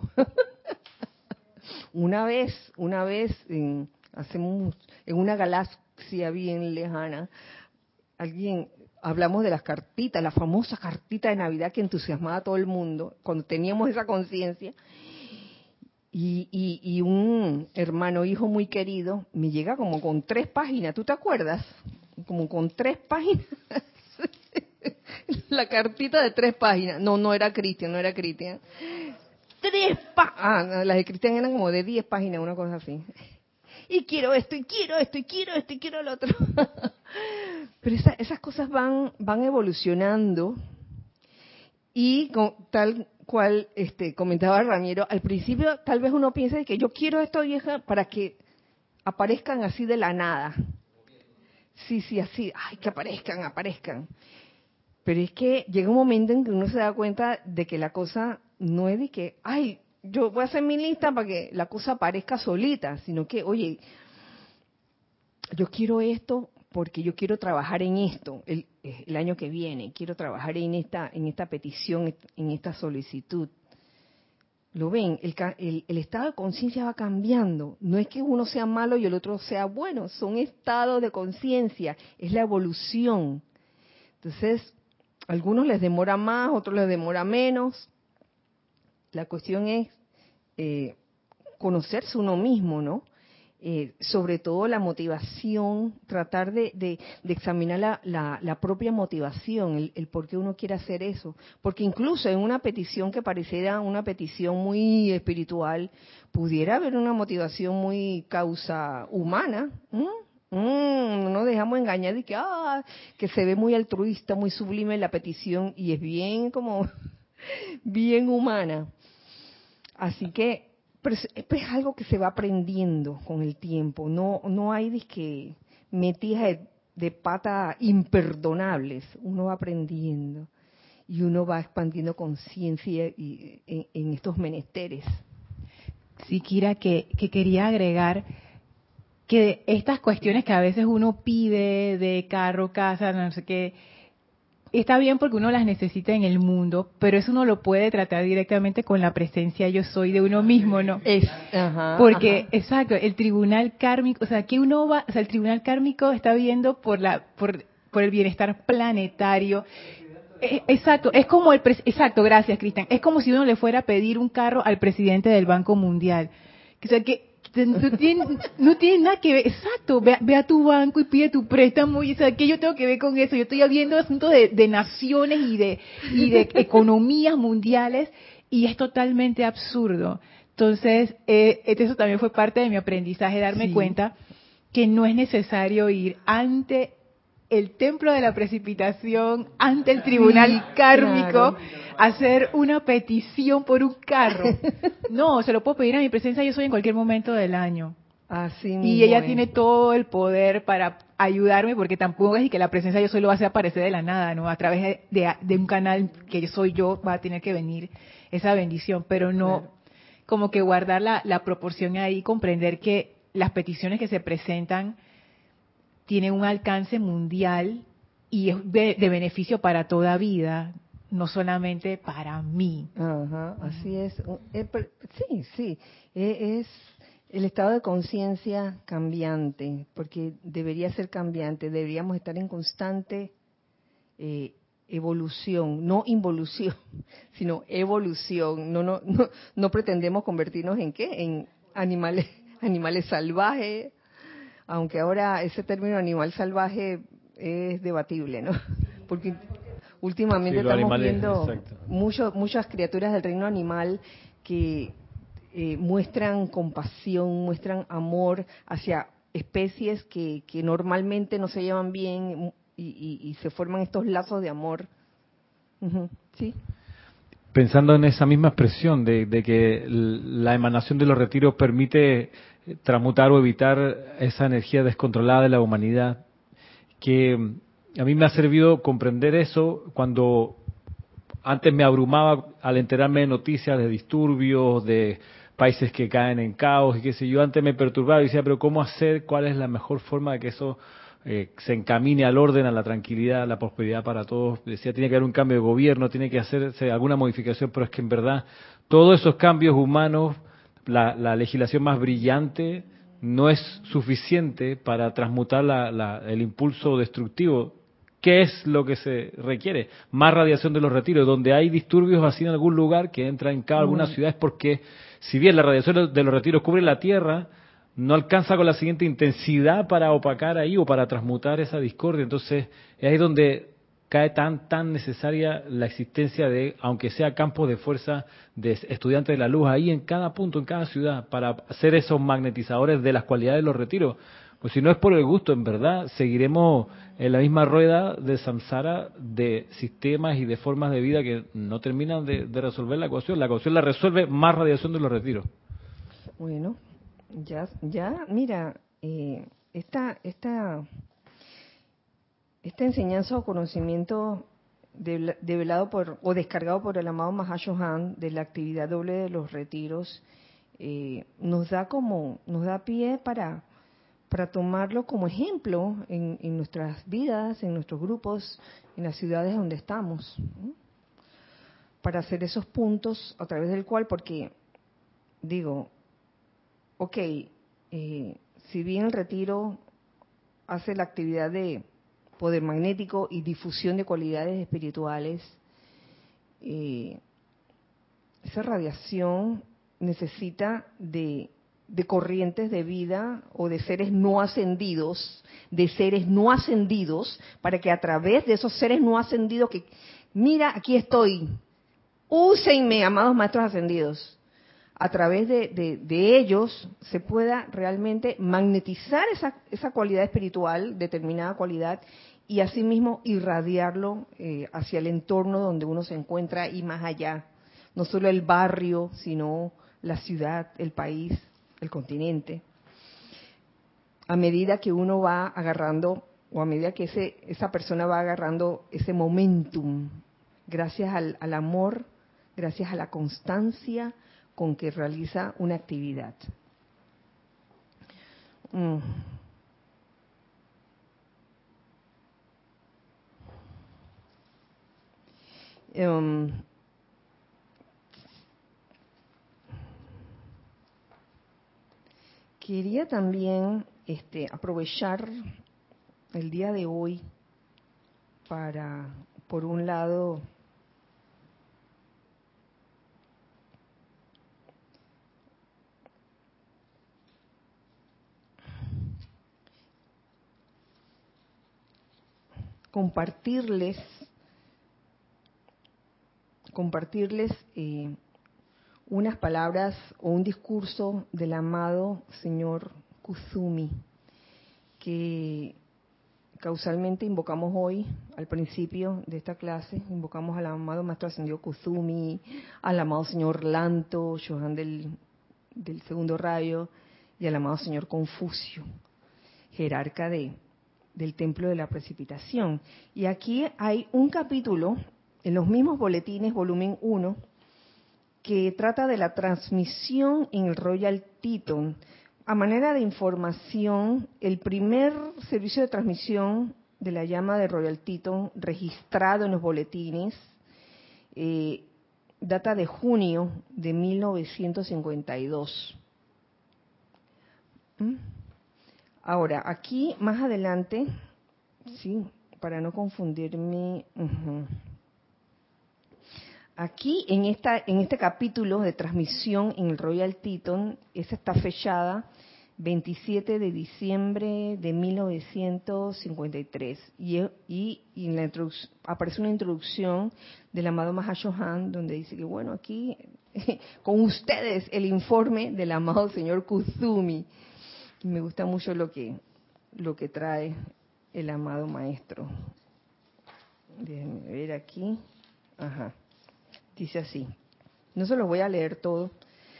Una vez en una galaxia bien lejana, hablamos de las cartitas, la famosa cartita de Navidad que entusiasmaba a todo el mundo, cuando teníamos esa conciencia. Y un hermano, hijo muy querido, me llega como con 3 páginas, ¿tú te acuerdas? Como con 3 páginas. La cartita de 3 páginas. No era Cristian. las de Cristian eran como de 10 páginas, una cosa así. Y quiero esto, y quiero esto, y quiero esto, y quiero lo otro. Pero esas cosas van evolucionando y tal cual comentaba Ramiro, al principio tal vez uno piensa que yo quiero esto, vieja, para que aparezcan así de la nada. Sí, así, ay, que aparezcan. Pero es que llega un momento en que uno se da cuenta de que la cosa no es de que, ay, yo voy a hacer mi lista para que la cosa aparezca solita, sino que, oye, yo quiero esto porque yo quiero trabajar en esto el año que viene, quiero trabajar en esta petición, en esta solicitud. ¿Lo ven? El estado de conciencia va cambiando. No es que uno sea malo y el otro sea bueno, son estados de conciencia, es la evolución. Entonces, a algunos les demora más, a otros les demora menos. La cuestión es conocerse uno mismo, ¿no? Sobre todo la motivación, tratar de examinar la propia motivación, el por qué uno quiere hacer eso. Porque incluso en una petición que pareciera una petición muy espiritual, pudiera haber una motivación muy causa humana. No nos dejamos engañar de que se ve muy altruista, muy sublime la petición y es bien como bien humana. Así que pero es algo que se va aprendiendo con el tiempo. No hay disque metidas de pata imperdonables. Uno va aprendiendo y uno va expandiendo conciencia en estos menesteres. Sí, Kira, que quería agregar que estas cuestiones que a veces uno pide de carro, casa, no sé qué, está bien porque uno las necesita en el mundo, pero eso uno lo puede tratar directamente con la presencia yo soy de uno mismo, ¿no? Porque, exacto, el tribunal kármico, o sea, el tribunal kármico está viendo por el bienestar planetario. Exacto, es como exacto, gracias, Cristian. Es como si uno le fuera a pedir un carro al presidente del Banco Mundial. O sea, que no tiene nada que ver. Exacto, ve a tu banco y pide tu préstamo. Y, o sea, ¿qué yo tengo que ver con eso? Yo estoy viendo asuntos de naciones y de economías mundiales y es totalmente absurdo. Entonces, eso también fue parte de mi aprendizaje, darme cuenta que no es necesario ir ante el templo de la precipitación, ante el tribunal kármico, hacer una petición por un carro. No, se lo puedo pedir a mi presencia yo soy en cualquier momento del año. Así y ella tiene todo el poder para ayudarme, porque tampoco es que la presencia yo soy lo va a hacer aparecer de la nada, ¿no? A través de un canal que yo soy yo va a tener que venir esa bendición, pero no, como que guardar la proporción ahí, comprender que las peticiones que se presentan tienen un alcance mundial y es de beneficio para toda vida, no solamente para mí. Así es. Sí, es el estado de conciencia cambiante, porque debería ser cambiante, deberíamos estar en constante evolución, no involución, sino evolución. No pretendemos convertirnos en animales salvajes, aunque ahora ese término animal salvaje es debatible, ¿no? Porque últimamente estamos viendo muchas criaturas del reino animal que muestran compasión, muestran amor hacia especies que normalmente no se llevan bien y se forman estos lazos de amor. ¿Sí? Pensando en esa misma expresión de que la emanación de los retiros permite transmutar o evitar esa energía descontrolada de la humanidad, que a mí me ha servido comprender eso cuando antes me abrumaba al enterarme de noticias de disturbios, de países que caen en caos y qué sé yo. Antes me perturbaba y decía, pero ¿cómo hacer? ¿Cuál es la mejor forma de que eso se encamine al orden, a la tranquilidad, a la prosperidad para todos? Decía, tiene que haber un cambio de gobierno, tiene que hacerse alguna modificación, pero es que en verdad todos esos cambios humanos, la legislación más brillante no es suficiente para transmutar el impulso destructivo. ¿Qué es lo que se requiere? Más radiación de los retiros. Donde hay disturbios así en algún lugar que entra en cada alguna ciudad es porque, si bien la radiación de los retiros cubre la Tierra, no alcanza con la siguiente intensidad para opacar ahí o para transmutar esa discordia. Entonces, es ahí donde cae tan necesaria la existencia de, aunque sea campos de fuerza de estudiantes de la luz ahí en cada punto, en cada ciudad, para ser esos magnetizadores de las cualidades de los retiros. Pues si no es por el gusto, en verdad, seguiremos en la misma rueda de samsara de sistemas y de formas de vida que no terminan de resolver la ecuación. La ecuación la resuelve más radiación de los retiros. Bueno, mira, esta enseñanza o conocimiento develado por o descargado por el amado Mahashohan de la actividad doble de los retiros nos da pie para tomarlo como ejemplo en nuestras vidas, en nuestros grupos, en las ciudades donde estamos, ¿no? Para hacer esos puntos a través del cual, porque digo, ok, si bien el retiro hace la actividad de poder magnético y difusión de cualidades espirituales, esa radiación necesita de corrientes de vida o de seres no ascendidos, para que a través de esos seres no ascendidos que, mira, aquí estoy, úsenme, amados maestros ascendidos, a través de ellos se pueda realmente magnetizar esa cualidad espiritual, determinada cualidad, y asimismo irradiarlo hacia el entorno donde uno se encuentra y más allá. No solo el barrio, sino la ciudad, el país, el continente. A medida que uno va agarrando, o a medida que esa persona va agarrando ese momentum, gracias al amor, gracias a la constancia con que realiza una actividad. Quería también aprovechar el día de hoy para, por un lado, compartirles unas palabras o un discurso del amado señor Kusumi, que causalmente invocamos hoy, al principio de esta clase, invocamos al amado Maestro Ascendido Kusumi, al amado señor Lanto, Shohan del segundo rayo, y al amado señor Confucio, jerarca del Templo de la Precipitación. Y aquí hay un capítulo, en los mismos boletines, volumen 1, que trata de la transmisión en el Royal Teton. A manera de información, el primer servicio de transmisión de la llama de Royal Teton registrado en los boletines data de junio de 1952. Ahora, aquí más adelante, sí, para no confundirme, aquí en este capítulo de transmisión en el Royal Teton, esa está fechada 27 de diciembre de 1953 y en la aparece una introducción del amado Mahashohan donde dice que bueno, aquí con ustedes el informe del amado señor Kusumi. Me gusta mucho lo que trae el amado maestro. Déjenme ver aquí. Ajá. Dice así. No se los voy a leer todo,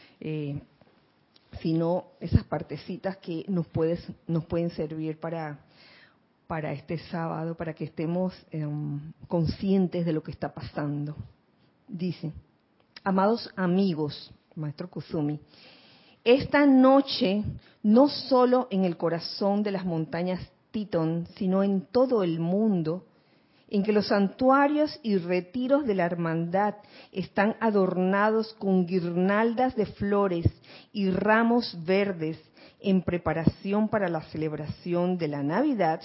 sino esas partecitas que nos pueden servir para este sábado, para que estemos conscientes de lo que está pasando. Dice: amados amigos, maestro Kusumi, esta noche, no solo en el corazón de las montañas Teton, sino en todo el mundo, en que los santuarios y retiros de la hermandad están adornados con guirnaldas de flores y ramos verdes en preparación para la celebración de la Navidad,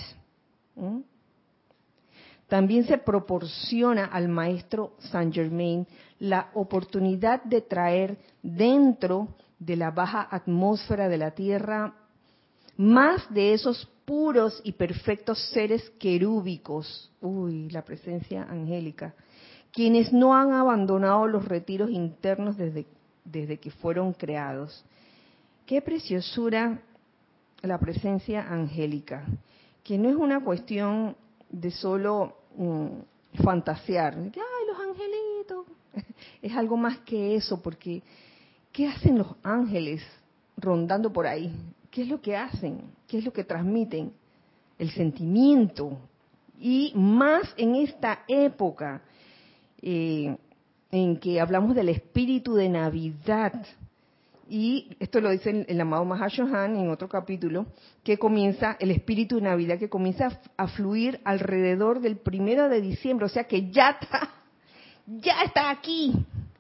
también se proporciona al maestro Saint Germain la oportunidad de traer dentro de la baja atmósfera de la Tierra más de esos puros y perfectos seres querúbicos, la presencia angélica, quienes no han abandonado los retiros internos desde que fueron creados. Qué preciosura la presencia angélica, que no es una cuestión de solo fantasear, ¡ay, los angelitos! Es algo más que eso, porque ¿qué hacen los ángeles rondando por ahí? ¿Qué es lo que hacen? ¿Qué es lo que transmiten? El sentimiento. Y más en esta época en que hablamos del espíritu de Navidad. Y esto lo dice el amado Mahashohan en otro capítulo, que comienza, el espíritu de Navidad que comienza a fluir alrededor del 1 de diciembre, o sea que ya está aquí.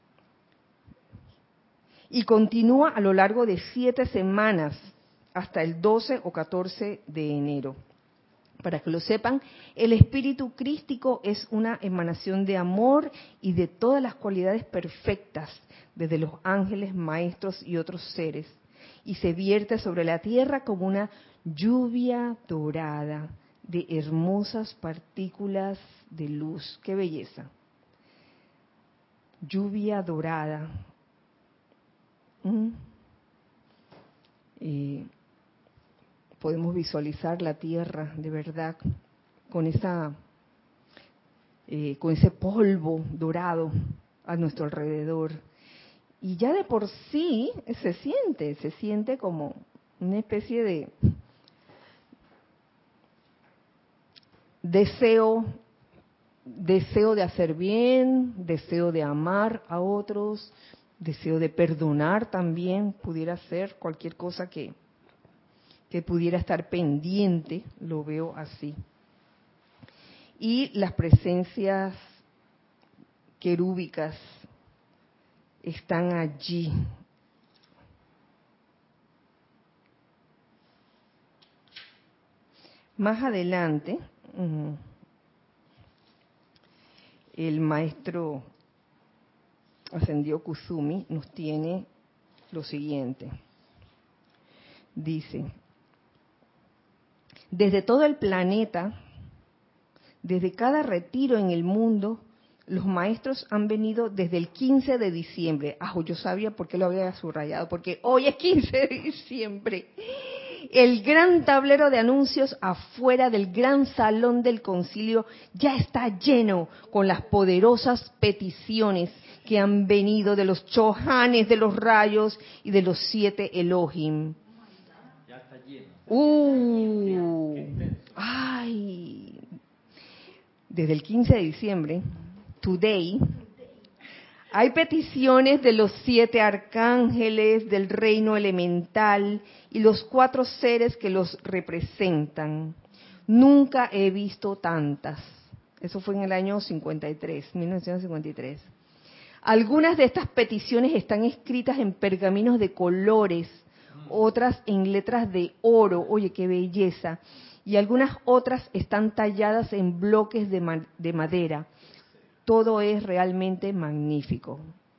Y continúa a lo largo de 7 semanas, hasta el 12 o 14 de enero. Para que lo sepan, el espíritu crístico es una emanación de amor y de todas las cualidades perfectas, desde los ángeles, maestros y otros seres, y se vierte sobre la tierra como una lluvia dorada de hermosas partículas de luz. ¡Qué belleza! Lluvia dorada. Podemos visualizar la tierra de verdad con con ese polvo dorado a nuestro alrededor. Y ya de por sí se siente como una especie de deseo de hacer bien, deseo de amar a otros, deseo de perdonar también, pudiera ser cualquier cosa que pudiera estar pendiente, lo veo así. Y las presencias querúbicas están allí. Más adelante, el maestro ascendido Kusumi nos tiene lo siguiente. Dice: desde todo el planeta, desde cada retiro en el mundo, los maestros han venido desde el 15 de diciembre. Yo sabía por qué lo había subrayado, porque hoy es 15 de diciembre. El gran tablero de anuncios afuera del gran salón del concilio ya está lleno con las poderosas peticiones que han venido de los chohanes, de los rayos y de los 7 Elohim. Ya está lleno. Desde el 15 de diciembre, today, hay peticiones de los 7 arcángeles del reino elemental y los 4 seres que los representan. Nunca he visto tantas. Eso fue en el año 1953. Algunas de estas peticiones están escritas en pergaminos de colores, otras en letras de oro. Oye, qué belleza. Y algunas otras están talladas en bloques de madera. Todo es realmente magnífico.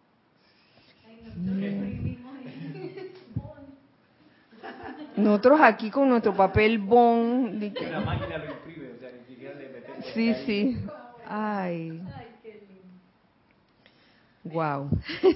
Nosotros aquí con nuestro papel bond. La máquina lo imprime, o sea, ni siquiera le metemos. Sí. Ay. Wow.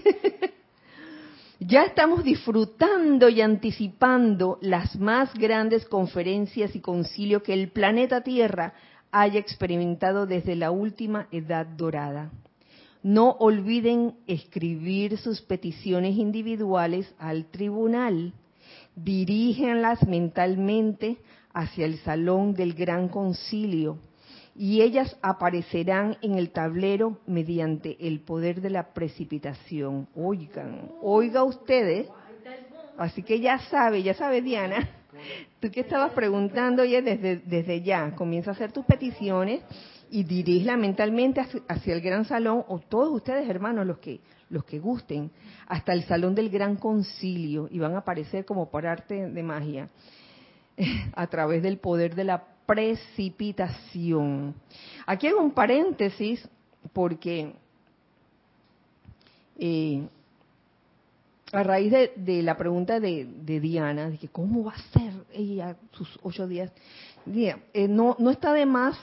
Ya estamos disfrutando y anticipando las más grandes conferencias y concilio que el planeta Tierra haya experimentado desde la última edad dorada. No olviden escribir sus peticiones individuales al tribunal. Diríjanlas mentalmente hacia el salón del gran concilio y ellas aparecerán en el tablero mediante el poder de la precipitación. Oiga ustedes. Así que ya sabe Diana, tú que estabas preguntando ya desde ya, comienza a hacer tus peticiones y diríjala mentalmente hacia el gran salón, o todos ustedes hermanos, los que gusten, hasta el salón del gran concilio, y van a aparecer como por arte de magia, a través del poder de la precipitación. Aquí hago un paréntesis porque a raíz de la pregunta de Diana, de que cómo va a ser ella sus 8 días, no está de más.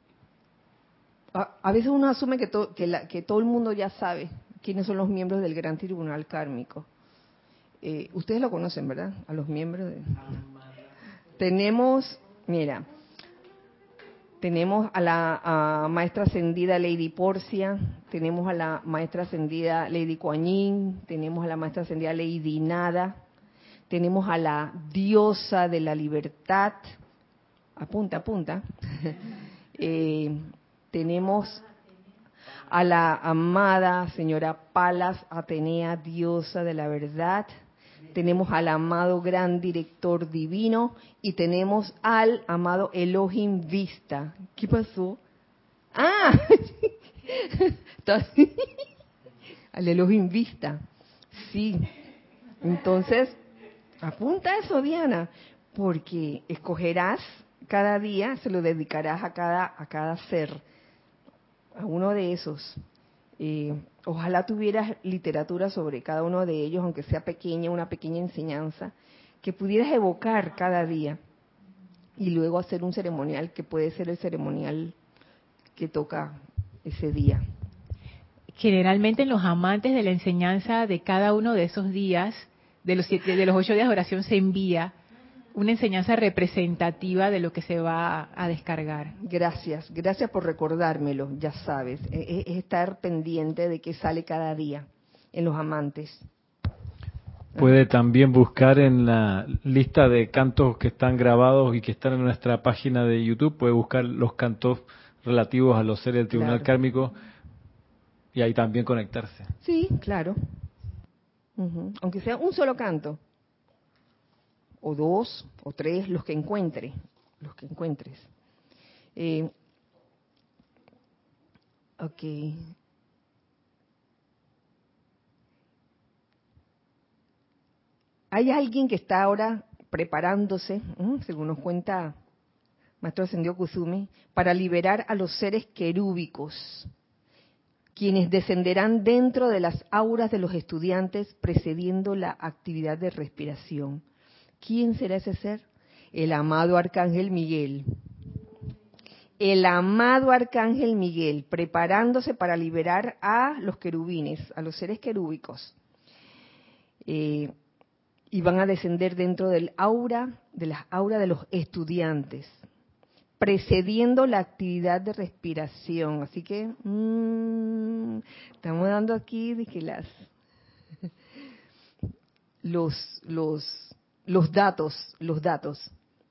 A veces uno asume que todo el mundo ya sabe quiénes son los miembros del Gran Tribunal Kármico. Ustedes lo conocen, ¿verdad? A los miembros tenemos, mira, tenemos a la maestra ascendida Lady Porcia, tenemos a la maestra ascendida Lady Kuan Yin, tenemos a la maestra ascendida Lady Nada, tenemos a la diosa de la libertad, apunta, tenemos a la amada señora Palas Atenea, diosa de la verdad, tenemos al amado gran director divino y tenemos al amado Elohim Vista. ¿Qué pasó? ¡Ah! Al Elohim Vista. Sí. Entonces, apunta eso, Diana, porque escogerás cada día, se lo dedicarás a cada ser, a uno de esos. Ojalá tuvieras literatura sobre cada uno de ellos, aunque sea pequeña, una pequeña enseñanza, que pudieras evocar cada día y luego hacer un ceremonial que puede ser el ceremonial que toca ese día. Generalmente en los amantes de la enseñanza de cada uno de esos días, de los 8 días de oración, se envía una enseñanza representativa de lo que se va a descargar. Gracias por recordármelo, ya sabes, es estar pendiente de qué sale cada día en los amantes. Puede también buscar en la lista de cantos que están grabados y que están en nuestra página de YouTube, puede buscar los cantos relativos a los seres del Tribunal Kármico y ahí también conectarse. Sí, claro. Aunque sea un solo canto, o 2, o 3, los que encuentres. Ok. Hay alguien que está ahora preparándose, según nos cuenta Maestro Ascendido Kusumi, para liberar a los seres querúbicos, quienes descenderán dentro de las auras de los estudiantes precediendo la actividad de respiración. ¿Quién será ese ser? El amado Arcángel Miguel. El amado Arcángel Miguel, preparándose para liberar a los querubines, a los seres querúbicos. Y van a descender dentro del aura, de las auras de los estudiantes, precediendo la actividad de respiración. Así que estamos dando aquí de que los datos.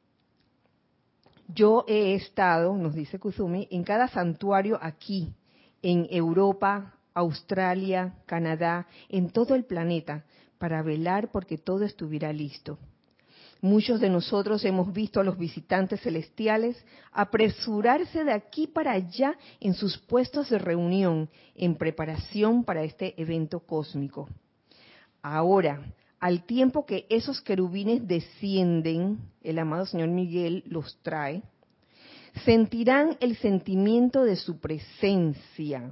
Yo he estado, nos dice Kusumi, en cada santuario aquí, en Europa, Australia, Canadá, en todo el planeta, para velar porque todo estuviera listo. Muchos de nosotros hemos visto a los visitantes celestiales apresurarse de aquí para allá en sus puestos de reunión, en preparación para este evento cósmico. Ahora, al tiempo que esos querubines descienden, el amado Señor Miguel los trae, sentirán el sentimiento de su presencia.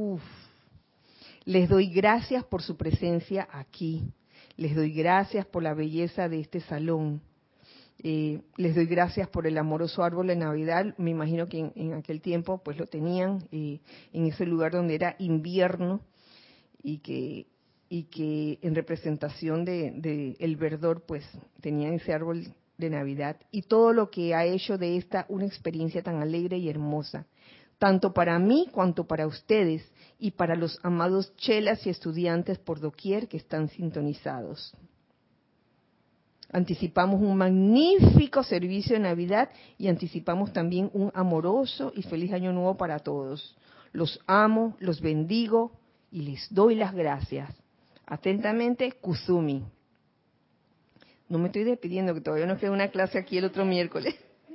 Les doy gracias por su presencia aquí. Les doy gracias por la belleza de este salón. Les doy gracias por el amoroso árbol de Navidad. Me imagino que en aquel tiempo pues lo tenían en ese lugar donde era invierno y que en representación de el verdor pues tenían ese árbol de Navidad y todo lo que ha hecho de esta una experiencia tan alegre y hermosa, tanto para mí cuanto para ustedes y para los amados chelas y estudiantes por doquier que están sintonizados. Anticipamos un magnífico servicio de Navidad y anticipamos también un amoroso y feliz año nuevo para todos. Los amo, los bendigo y les doy las gracias. Atentamente, Kusumi. No me estoy despidiendo, que todavía nos queda una clase aquí el otro miércoles.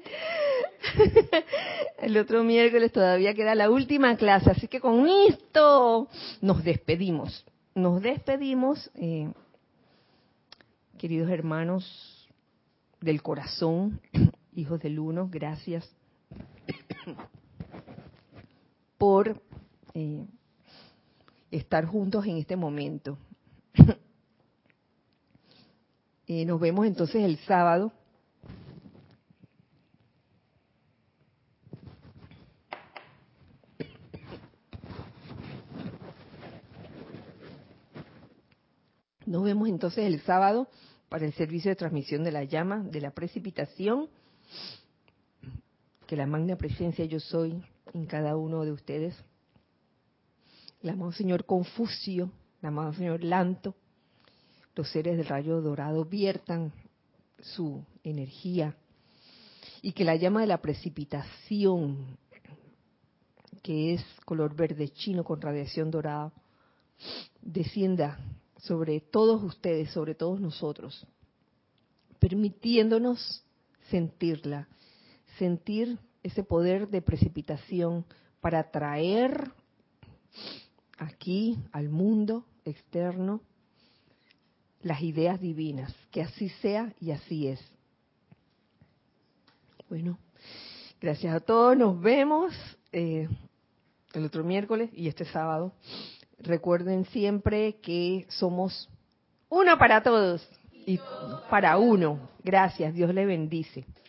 El otro miércoles todavía queda la última clase, así que con esto nos despedimos. Nos despedimos, queridos hermanos del corazón, hijos del uno, gracias por estar juntos en este momento. Nos vemos entonces el sábado. Nos vemos entonces el sábado para el servicio de transmisión de la llama, de la precipitación. Que la magna presencia yo soy en cada uno de ustedes. El amado Señor Confucio, el amado Señor Lanto, los seres del rayo dorado viertan su energía y que la llama de la precipitación, que es color verde chino con radiación dorada, descienda sobre todos ustedes, sobre todos nosotros, permitiéndonos sentirla, sentir ese poder de precipitación para traer aquí al mundo externo las ideas divinas, que así sea y así es. Bueno, gracias a todos, nos vemos el otro miércoles y este sábado. Recuerden siempre que somos uno para todos y para uno. Gracias, Dios le bendice.